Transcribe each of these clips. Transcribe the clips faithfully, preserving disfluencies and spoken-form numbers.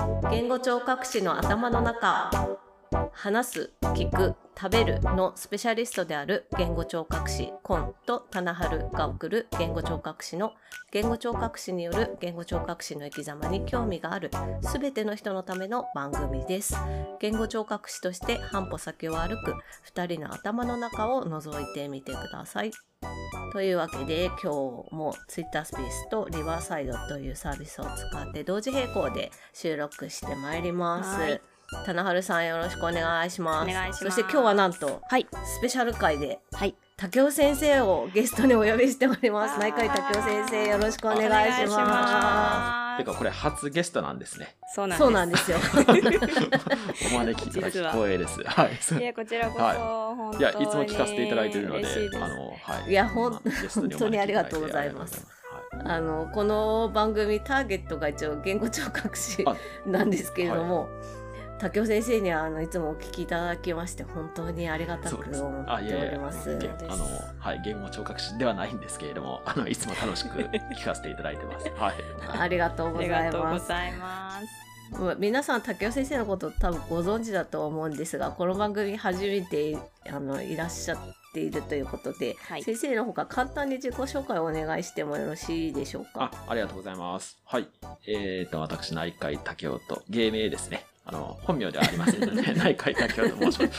言語聴覚士の頭の中。話す、聞く、食べるのスペシャリストである言語聴覚士コンと棚春が送る言語聴覚士の言語聴覚士による言語聴覚士の生き様に興味があるすべての人のための番組です。言語聴覚士として半歩先を歩くふたりの頭の中を覗いてみてください。というわけで今日も Twitter スペースとリバーサイドというサービスを使って同時並行で収録してまいります。棚春さんよろしくお願いします。 お願いします。 そして今日はなんと、 はい、 スペシャル回で、 はい、 竹雄先生をゲストにお呼びしております。内海竹雄先生よろしくお願いします。 てかこれ初ゲストなんですね。 そうなんです。 そうなんですよ。 お招きいただき光栄です。はい。 いやこちらこそ、 はい、 本当にいやいつも聞かせていただいているので、 であのはい。 いやほんゲストにお招きいただいて本当にありがとうございます。あのこの番組ターゲットが一応言語聴覚士なんですけれども。竹雄先生にはあのいつもお聞きいただきまして本当にありがたく思っております。 あのはい言語聴覚士ではないんですけれども、あのいつも楽しく聞かせていただいてます。はい。 ありがとうございます。 ありがとうございます。 皆さん竹雄先生のこと多分ご存知だと思うんですが、この番組初めてあのいらっしゃっているということで、はい、先生の方から簡単に自己紹介をお願いしてもよろしいでしょうか。 あ、ありがとうございます。はい。えーと私内海竹雄と芸名ですね。あの本名ではありませんので、内海竹雄と申します。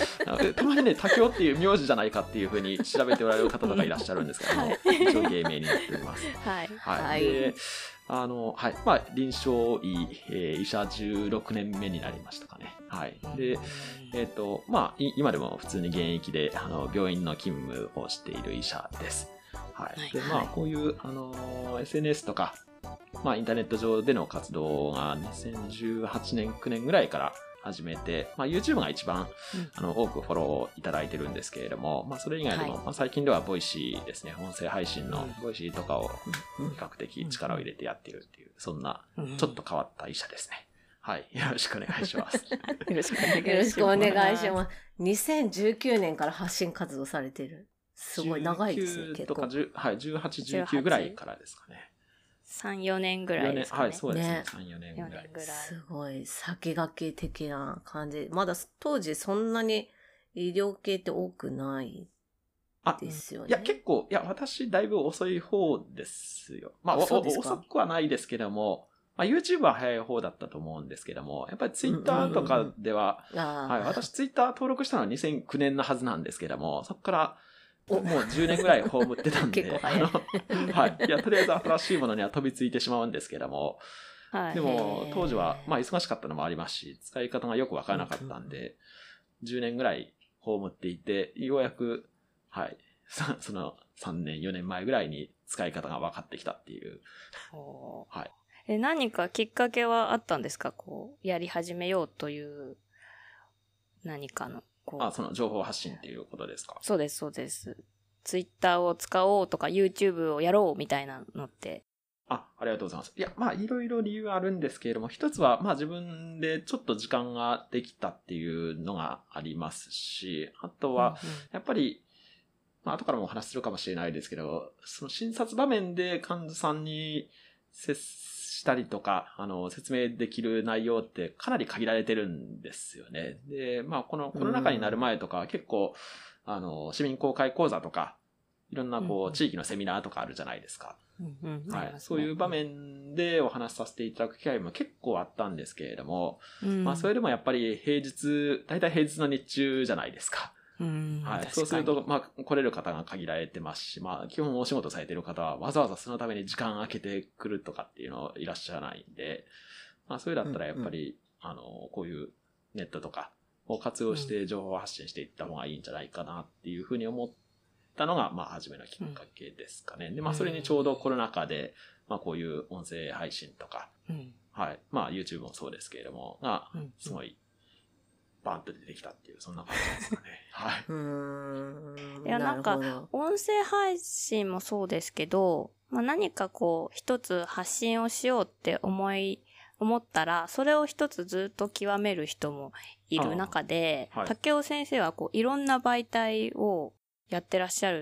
たまにね、竹雄っていう名字じゃないかっていうふうに調べておられる方とかいらっしゃるんですけども、はい、一応芸名になっております。 はい。 はい。で、あの、はい。まあ、臨床医、えー、医者じゅうろくねんめになりましたかね。はい。で、えっと、まあ、今でも普通に現役で、あの、病院の勤務をしている医者です。はい。で、まあ、こういう、あの、エスエヌエス とか、まあ、インターネット上での活動がにせんじゅうはちねん、きゅうねんぐらいから始めて、まあ、YouTube が一番、うん、あの多くフォローいただいてるんですけれども、まあ、それ以外でも、はい、まあ、最近ではボイシーですね、音声配信のボイシーとかを比較的力を入れてやっているっていう、そんなちょっと変わった医者ですね。はい。よろしくお願いします。よろしくお願いします。 よろしくお願いします。にせんじゅうきゅうねんから発信活動されてる。すごい長いですね、結構。 とかじゅう、はい、じゅうはち、じゅうきゅうぐらいからですかね。 さん、よねんぐらいですかね。 はい、そうですね。ねさん、よねんぐらい。 すごい先駆け的な感じ。まだ当時そんなに医療系って多くないですよね。 いや、結構、いや、私だいぶ遅い方ですよ。まあ、遅くはないですけども、まあ、YouTube は早い方だったと思うんですけども、やっぱり Twitter とかでは、はい、私 Twitter 登録したのはにせんきゅうねんのはずなんですけども、そこからもうじゅうねんぐらい葬ってたんで、 結構早い。 はい。いや、とりあえず新しいものには飛びついてしまうんですけども、はい、でも、当時は、まあ、忙しかったのもありますし、使い方がよくわからなかったんで、うんうん、じゅうねんぐらい葬っていて、ようやく、はい、そのさんねん、よねんまえぐらいに使い方が分かってきたっていう。はい。 え、何かきっかけはあったんですか？こう、やり始めようという、何かの。 あ、その情報発信っていうことですか？ そうです、そうです。ツイッターを使おうとか YouTube をやろうみたいなのって。 あ、ありがとうございます。いや、まあいろいろ理由あるんですけれども、一つはまあ自分でちょっと時間ができたっていうのがありますし、あとはやっぱり、まあ後からもお話しするかもしれないですけど、その診察場面で患者さんに接したりとか、あの、説明できる内容ってかなり限られてるんですよね。で、まあこのコロナ禍になる前とかは結構、あの、市民公開講座とか、いろんなこう、地域のセミナーとかあるじゃないですか。はい。そういう場面でお話しさせていただく機会も結構あったんですけれども、うん、まあそれでもやっぱり平日、大体平日の日中じゃないですか。 うんはい、そうすると、まあ、来れる方が限られてますし、まあ、基本お仕事されている方はわざわざそのために時間空けてくるとかっていうのいらっしゃらないんで、まあ、それだったらやっぱり、うんうん、あの、こういうネットとかを活用して情報発信していった方がいいんじゃないかなっていうふうに思ったのが、まあ、初めのきっかけですかね。で、まあ、それにちょうどコロナ禍で、まあ、こういう音声配信とか、うん、はい、まあ、YouTube もそうですけれども、が、すごい、バンと出てきたっていう、そんな感じですかね。はい。 うーん。 いや、なんか、音声配信もそうですけど、まあ、何かこう、一つ発信をしようって思い、思ったら、それを一つずっと極める人もいる中で、はい、竹雄先生はこう、いろんな媒体をやってらっしゃる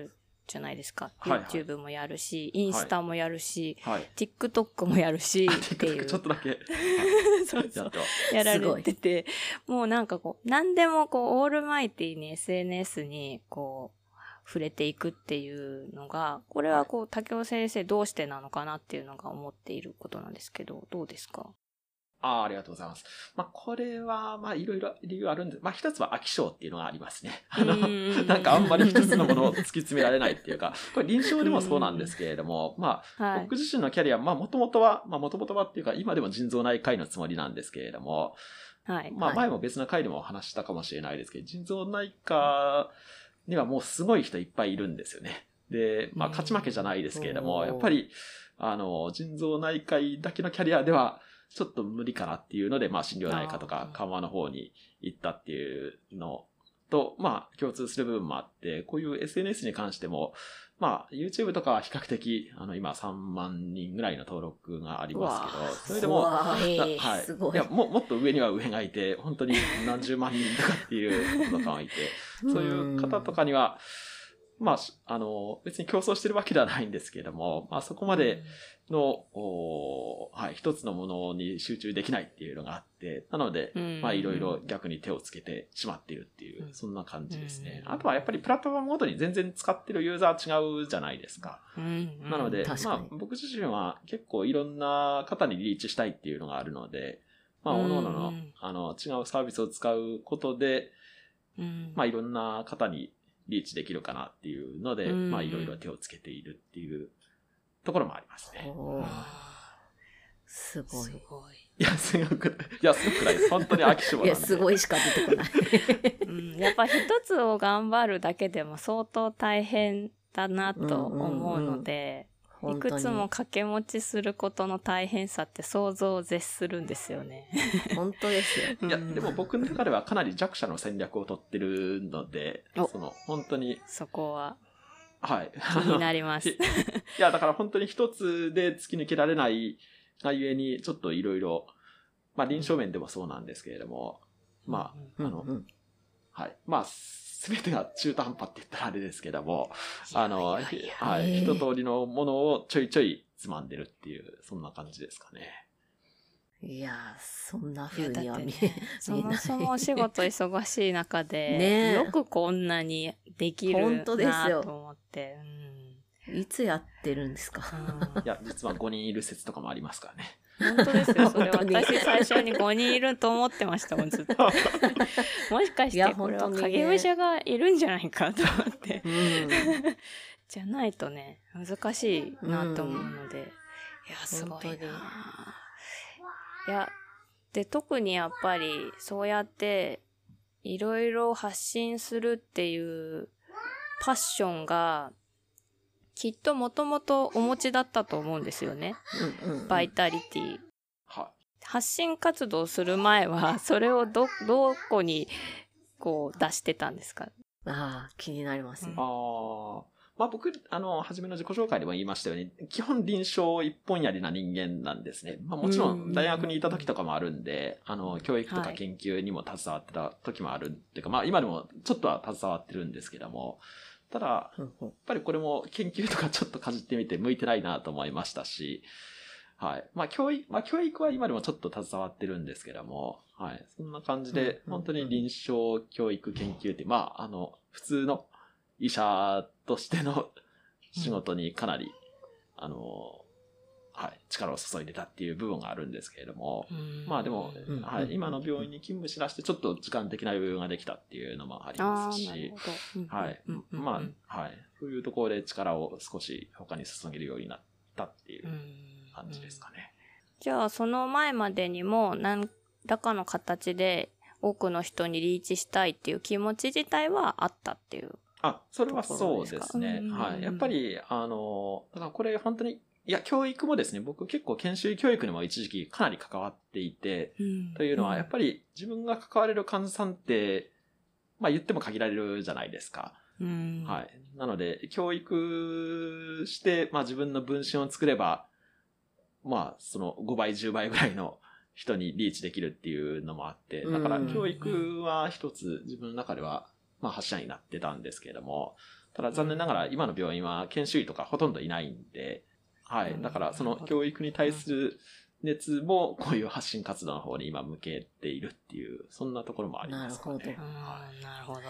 じゃないですか。 はいはい、 YouTube もやるし、インスタもやるし、 はい、 TikTok もやるし、っていう。 ちょっとだけ。 そうそう。やられてて、もうなんかこう、何でもこう、オールマイティに エスエヌエス にこう、触れていくっていうのが、これはこう、竹尾先生どうしてなのかなっていうのが思っていることなんですけど、どうですか？ ああ、ありがとうございます。まあ、これは、まあ、いろいろ理由あるんで、まあ、一つは飽き性っていうのがありますね。あの、なんかあんまり一つのものを突き詰められないっていうか、これ臨床でもそうなんですけれども、まあ、はい、僕自身のキャリア、まあ、もともとは、まあ、もともとはっていうか、今でも腎臓内科医のつもりなんですけれども、はい。まあ、前も別の回でも話したかもしれないですけど、腎臓内科にはもうすごい人いっぱいいるんですよね。で、まあ、勝ち負けじゃないですけれども、やっぱり、あの、腎臓内科医だけのキャリアでは、ちょっと無理かなっていうので、まあ、心療内科とか緩和の方に行ったっていうのと、まあ、共通する部分もあって、こういう エスエヌエス に関しても、まあ、YouTube とかは比較的、あの、今さんまんにんぐらいの登録がありますけど、それでも、はい。すごい。いや、も、もっと上には上がいて、本当に何十万人とかっていう方とかがいて、そういう方とかには、まあ、あの、別に競争してるわけではないんですけれども、まあそこまでの、はい、一つのものに集中できないっていうのがあって、なので、まあいろいろ逆に手をつけてしまっているっていう、そんな感じですね。あとはやっぱりプラットフォームごとに全然使ってるユーザー違うじゃないですか。なので、まあ僕自身は結構いろんな方にリーチしたいっていうのがあるので、まあ各々の、あの、違うサービスを使うことで、まあいろんな方にリーチできるかなっていうので、まあいろいろ手をつけているっていうところもありますね。 すごい。 いや、すごく、いや、すごくないです。本当に飽き性なんで。 いや、すごいしか出てこない。 うん、やっぱ一つを頑張るだけでも相当大変だなと思うので、うんうんうん、いくつも掛け持ちすることの大変さって想像を絶するんですよね。 本当ですよ。 いや、でも僕の中ではかなり弱者の戦略を取ってるので、その、本当に。 そこは。 はい。 気になります。いや、だから本当に一つで突き抜けられないがゆえに、ちょっといろいろ、まあ臨床面でもそうなんですけれども、まあ、あの、はい。まあ、すべてが中途半端って言ったらあれですけども、あの、はい。一通りのものをちょいちょいつまんでるっていう、そんな感じですかね。 いやー、そんな風には見え、 ね、そもそもお仕事忙しい中で、ね、よくこんなにできるなと思って。 うん、いつやってるんですか？ いや、実はごにんいる説とかもありますからね。 本当ですよ。それ私最初にごにんいると思ってましたもん、ずっと。もしかしてこれは影武者がいるんじゃないかと思って。うん、じゃないとね、難しいなと思うので。うん、いや、すごいな。いや、で、特にやっぱりそうやっていろいろ発信するっていうパッションがきっともともとお持ちだったと思うんですよね。うんうんうん、バイタリティ。は発信活動する前はそれをど、どこにこう出してたんですか？ ああ、気になりますね。 うん、ああ。まあ僕、あの、初めの自己紹介でも言いましたように、基本臨床一本やりな人間なんですね。まあもちろん大学にいた時とかもあるんで、あの、教育とか研究にも携わってた時もあるっていうか、はい、まあ今でもちょっとは携わってるんですけども、ただ、やっぱりこれも研究とかちょっとかじってみて向いてないなと思いましたし、はい。まあ教育、まあ教育は今でもちょっと携わってるんですけども、はい。そんな感じで、本当に臨床教育研究って、まああの、普通の医者としての仕事にかなり、うん、あの、はい、力を注いでたっていう部分があるんですけれども、まあでも、はい、今の病院に勤務しだしてちょっと時間的な余裕ができたっていうのもありますし、はい、まあ、はい、そういうところで力を少し他に注げるようになったっていう感じですかね。 じゃあその前までにも何らかの形で多くの人にリーチしたいっていう気持ち自体はあったっていう。 あ、それはそうですね。はい。やっぱり、あの、だからこれ本当に、いや、教育もですね、僕結構研修教育にも一時期かなり関わっていて、うん、というのは、やっぱり自分が関われる患者さんって、まあ言っても限られるじゃないですか。うん、はい。なので、教育して、まあ自分の分身を作れば、まあそのごばい、じゅうばいぐらいの人にリーチできるっていうのもあって、だから教育は一つ自分の中では、まあ、発射になってたんですけれども、 ただ残念ながら今の病院は研修医とかほとんどいないんで、はい。だからその教育に対する熱もこういう発信活動の方に今向けているっていう、そんなところもありますかね。 なるほど。 はい、なるほど。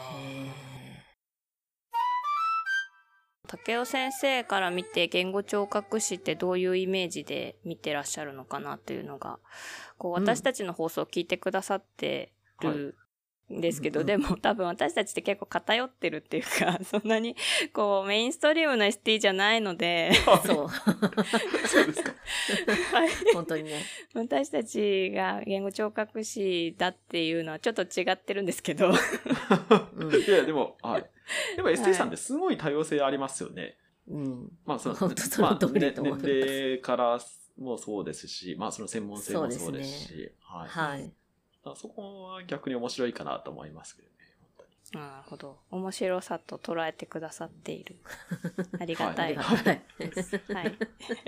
竹雄先生から見て言語聴覚士ってどういうイメージで見てらっしゃるのかなというのが、こう私たちの放送を聞いてくださってるんですけど、はい、でも多分私たちって結構偏ってるっていうか、そんなにこうメインストリームの エスティー じゃないので、 そう。そうですか。 はい。本当にね。 私たちが言語聴覚士だっていうのはちょっと違ってるんですけど。 うん、いや、でも、はい。でも エスティー さんってすごい多様性ありますよね。 うん。 まあ、その、 本当その通りと思います。 まあ、年齢からもそうですし、まあ、その専門性もそうですし、 そうですね、 はい。 はい。 そこは逆に面白いかなと思いますけどね。本当に。 なるほど。面白さと捉えてくださっている。ありがたい。 はい。 はい。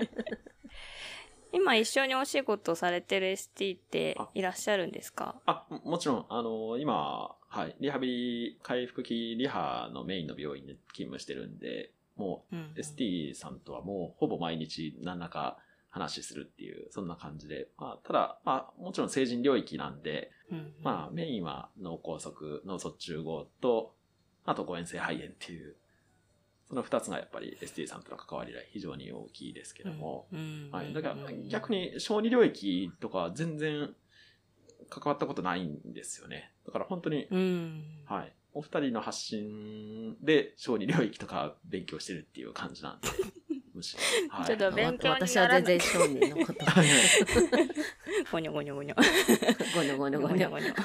今一緒にお仕事されてる エスティー っていらっしゃるんですか？ あ、もちろん、あの、今、はい、リハビリ、回復期リハのメインの病院で勤務してるんで、もう、うんうん、エスティー さんとはもうほぼ毎日何らか話するっていう、そんな感じで、まあ、ただ、まあ、もちろん成人領域なんで、うんうん、まあ、メインは脳梗塞、脳卒中後と、あと誤嚥性肺炎っていう、その二つがやっぱり エスティー さんとの関わりが非常に大きいですけども、うんうん、はい。だから逆に小児領域とか全然関わったことないんですよね。だから本当に、うん、はい。お二人の発信で小児領域とか勉強してるっていう感じなんで、むしろ。はい、 ちょっと勉強にならない。 私は全然小児のこと。 ごにょごにょごにょ。 ごにょごにょごにょ。 いやい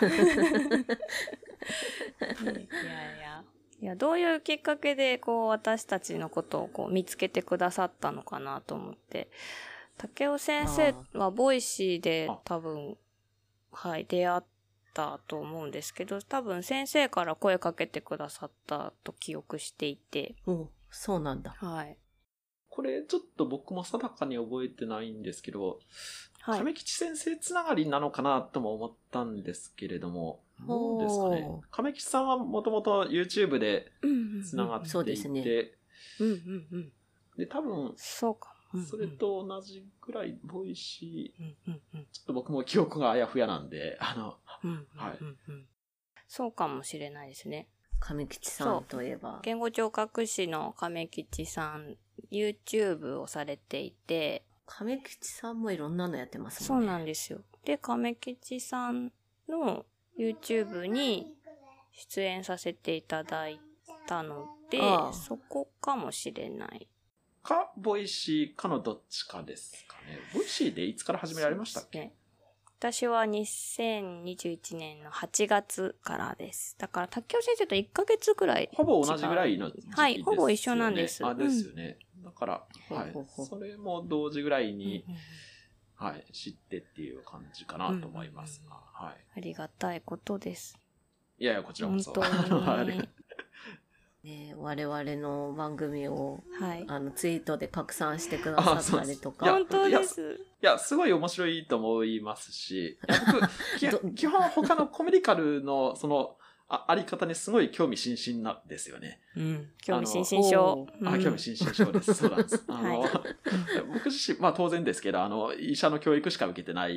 や。いや、どういうきっかけで、こう、私たちのことをこう見つけてくださったのかなと思って。竹雄先生はボイシーで多分、はい、出会ったと思うんですけど、多分先生から声かけてくださったと記憶していて。 お、そうなんだ。 はい。 これちょっと僕も定かに覚えてないんですけど、はい、亀吉先生つながりなのかなとも思ったんですけれども、どうですかね。亀吉さんはもともと YouTube でつながっていて、うんうんうん、そうですね。 うんうんうん。 で、多分、 そうか。 うんうん、それと同じぐらい、ボイシー、うんうんうん、ちょっと僕も記憶があやふやなんで、あの、うんうんうん、はい。 そうかもしれないですね。 亀吉さんといえば。 言語聴覚士の亀吉さん、YouTube をされていて、 亀吉さんもいろんなのやってますもんね。そうなんですよ。で、亀吉さんのYouTube に出演させていただいたので、ああそこかもしれない。 か、ボイシーかのどっちかですかね。ボイシーでいつから始められましたっけ？ね、 私はにせんにじゅういちねんのはちがつからです。だから、竹雄先生といっかげつぐらい。 ほぼ同じぐらいの時期ですよね。 はい、ほぼ一緒なんです。 あ、ですよね。うん、だから、はい。それも同時ぐらいに、うんうんはい、知ってっていう感じかなと思いますが、うんはい。 ありがたいことです。 いやいや、こちらこそ。 本当にね、我々の番組を、 はい、 あのツイートで拡散してくださったりとか。 本当です。 いや、すごい面白いと思いますし、僕、基本他のコメディカルのその、あ, あり方にすごい興味津々なんですよね。 うん。興味津々症。 あ、興味津々症です。そうなんです。あの、はい、僕自身、まあ当然ですけど、あの、医者の教育しか受けてない、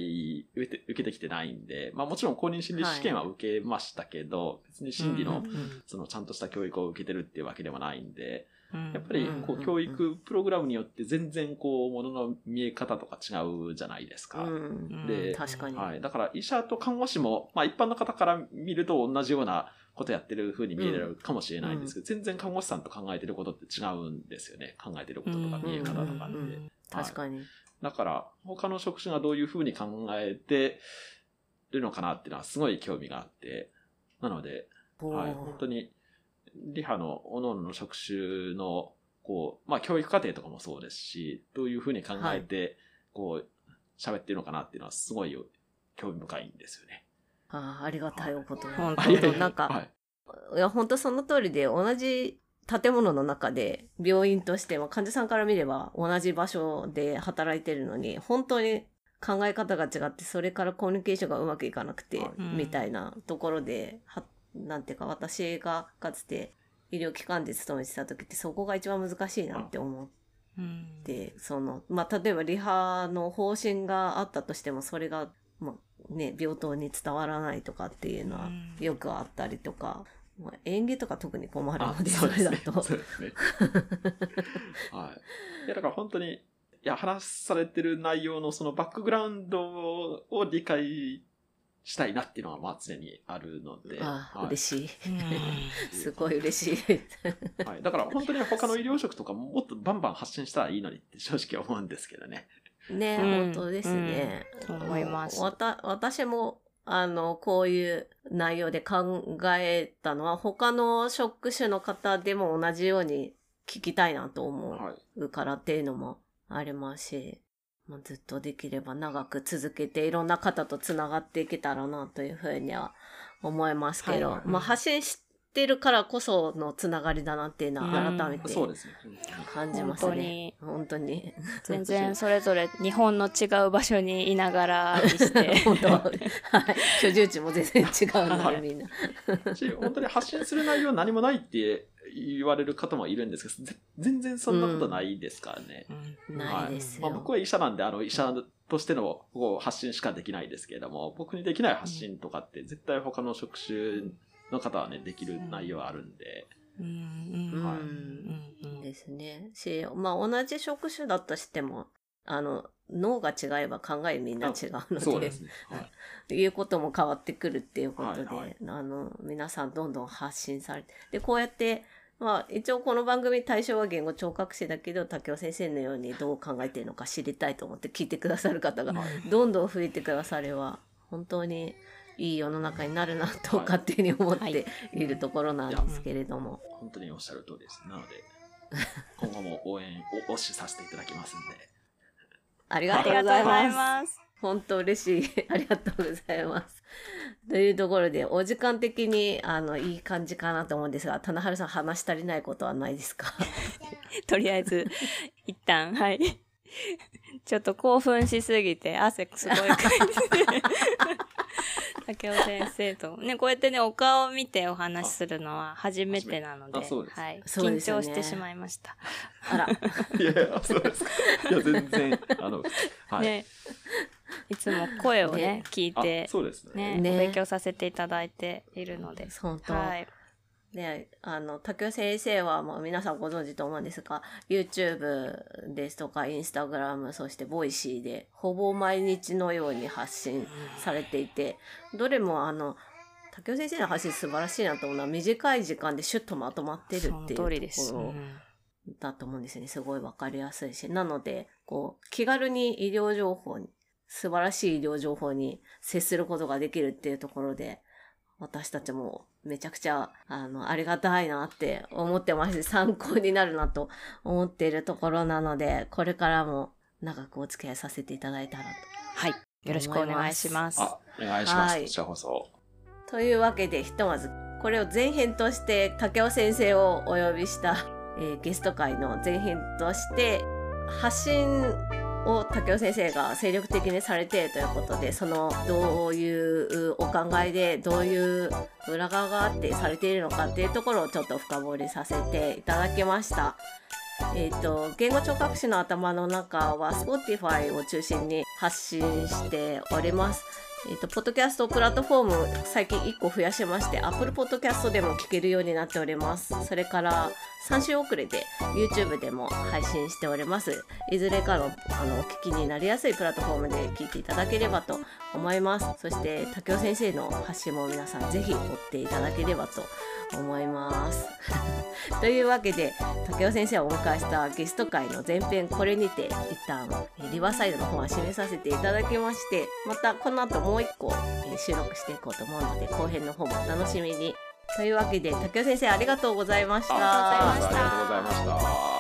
受けて、受けてきてないんで、まあもちろん公認心理試験は受けましたけど、はい、別に心理の、うんうん、そのちゃんとした教育を受けてるっていうわけではないんで、やっぱり、こう、教育プログラムによって全然、こう、ものの見え方とか違うじゃないですか。 うん、で、確かに。 はい。だから、医者と看護師も、まあ、一般の方から見ると同じようなことやってる風に見えるかもしれないんですけど、うん、全然看護師さんと考えてることって違うんですよね。考えてることとか見え方とかって。うんうんうん、 確かに。 だから、他の職種がどういう風に考えてるのかなっていうのはすごい興味があって、なので、はい、本当に、リハの各々の職種の、こう、まあ教育課程とかもそうですし、どういうふうに考えて、こう、喋ってるのかなっていうのはすごい興味深いんですよね。 ああ、ありがたいおこと。 本当になんか、はい、いや、本当その通りで、同じ建物の中で、病院として、まあ、患者さんから見れば同じ場所で働いてるのに、本当に考え方が違って、それからコミュニケーションがうまくいかなくて、はい、みたいなところで、はなんていうか、私がかつて医療機関で勤めてた時ってそこが一番難しいなって思ってうんで、その、まあ、例えばリハの方針があったとしても、それが、まあ、ね、病棟に伝わらないとかっていうのはよくあったりとか、まあ、演技とか特に困るので、それだと。 そうですね。はい。いや、だから本当に、いや、話されてる内容のそのバックグラウンドを理解したいなっていうのは、まあ常にあるので。 ああ、 はい、 嬉しい。 うんすごい嬉しい。 はい。だから本当に他の医療職とかももっとバンバン発信したらいいのにって正直思うんですけどね。 ね、 うん本当ですね。 うん思いますわた私も、あの、こういう内容で考えたのは、他の職種の方でも同じように聞きたいなと思はい。 うからっていうのもありますし、もうずっとできれば長く続けていろんな方とつながっていけたらなというふうには思いますけど、 はいまあ発信してるからこそのつながりだなっていうのは改めてそうですね。 感じますね。本当に。 全然それぞれ日本の違う場所にいながらにして本当、はい。居住地も全然違うので、みんな。 し本当に発信する内容何もないって言われる方もいるんですけど、ぜ全然そんなことないですからね。 うんないですよ。 まあ、僕は医者なんで、あの医者としてのこう発信しかできないですけれども、僕にできない発信とかって絶対他の職種の方はね、できる内容あるんで。 うんうんはいうんですね。し、まあ同じ職種だとしても、あの、脳が違えば考えみんな違うので、 そうですね。はい。 いうことも変わってくるっていうことで、 はいはいあの、皆さんどんどん発信されて、で、こうやって、まあ一応この番組対象は言語聴覚士だけど、竹尾先生のようにどう考えているのか知りたいと思って聞いてくださる方がはいどんどん増えてくだされば、本当にいい世の中になるなと勝手に思っているところなんですけれども。 本当におっしゃる通りです。なので、今後も応援を推しさせていただきますんで。 ありがとうありがとうございございます。 ます。 本当嬉しい。ありがとうございます。というところで、お時間的に、あの、いい感じかなと思うんですが、棚春さん話し足りないことはないですか？ とりあえず、一旦、はい。ちょっと興奮しすぎて、汗すごいかいて。竹尾先生と、ね、こうやってね、お顔を見てお話しするのは初めてなので、 あそうですはい。緊そうですよね張してしまいました。 あら。 いやいや、そうですか。いや、全然、あの、はい。 ね。いつも声をね、 ね聞いてあ、そうですね。 ね、 ねお勉強させていただいているので。 本当。 はい。 で、あの、竹尾先生はもう皆さんご存知と思うんですが、YouTube ですとか、Instagram、そして Voicy で、ほぼ毎日のように発信されていて、どれもあの、竹尾先生の発信素晴らしいなと思うのは、短い時間でシュッとまとまってるっていうそのとこ通りです。 ろうんだと思うんですよね。すごいわかりやすいし。なので、こう、気軽に医療情報に、素晴らしい医療情報に接することができるっていうところで、私たちもめちゃくちゃ、あの、ありがたいなって思ってますし、参考になるなと思っているところなので、これからも長くお付き合いさせていただいたらと。 はい。よろしくお願いします。 あ、お願いします。 はいこちらこそ。 というわけで、ひとまず、これを前編として竹尾先生をお呼びした、えーゲスト会の前編として発信を竹尾先生が精力的にされているということで、そのどういうお考えでどういう裏側があってされているのかっていうところをちょっと深掘りさせていただきました。えっと、言語聴覚士の頭の中は Spotify を中心に発信しております。えっと、ポッドキャストプラットフォーム最近いっこ増やしまして、Apple Podcast でも聞けるようになっております。それからさん週遅れで YouTube でも配信しております。いずれかの、あのお聞きになりやすいプラットフォームで聞いていただければと思います。そして竹尾先生の発信も皆さんぜひ追っていただければと思います。というわけで、竹尾先生をお迎えしたゲスト会の前編、これにて一旦リバーサイドの方は締めさせていただきまして、またこの後もう一個収録していこうと思うので、後編の方もお楽しみに。というわけで、竹尾先生ありがとうございました。 あありがとうございました。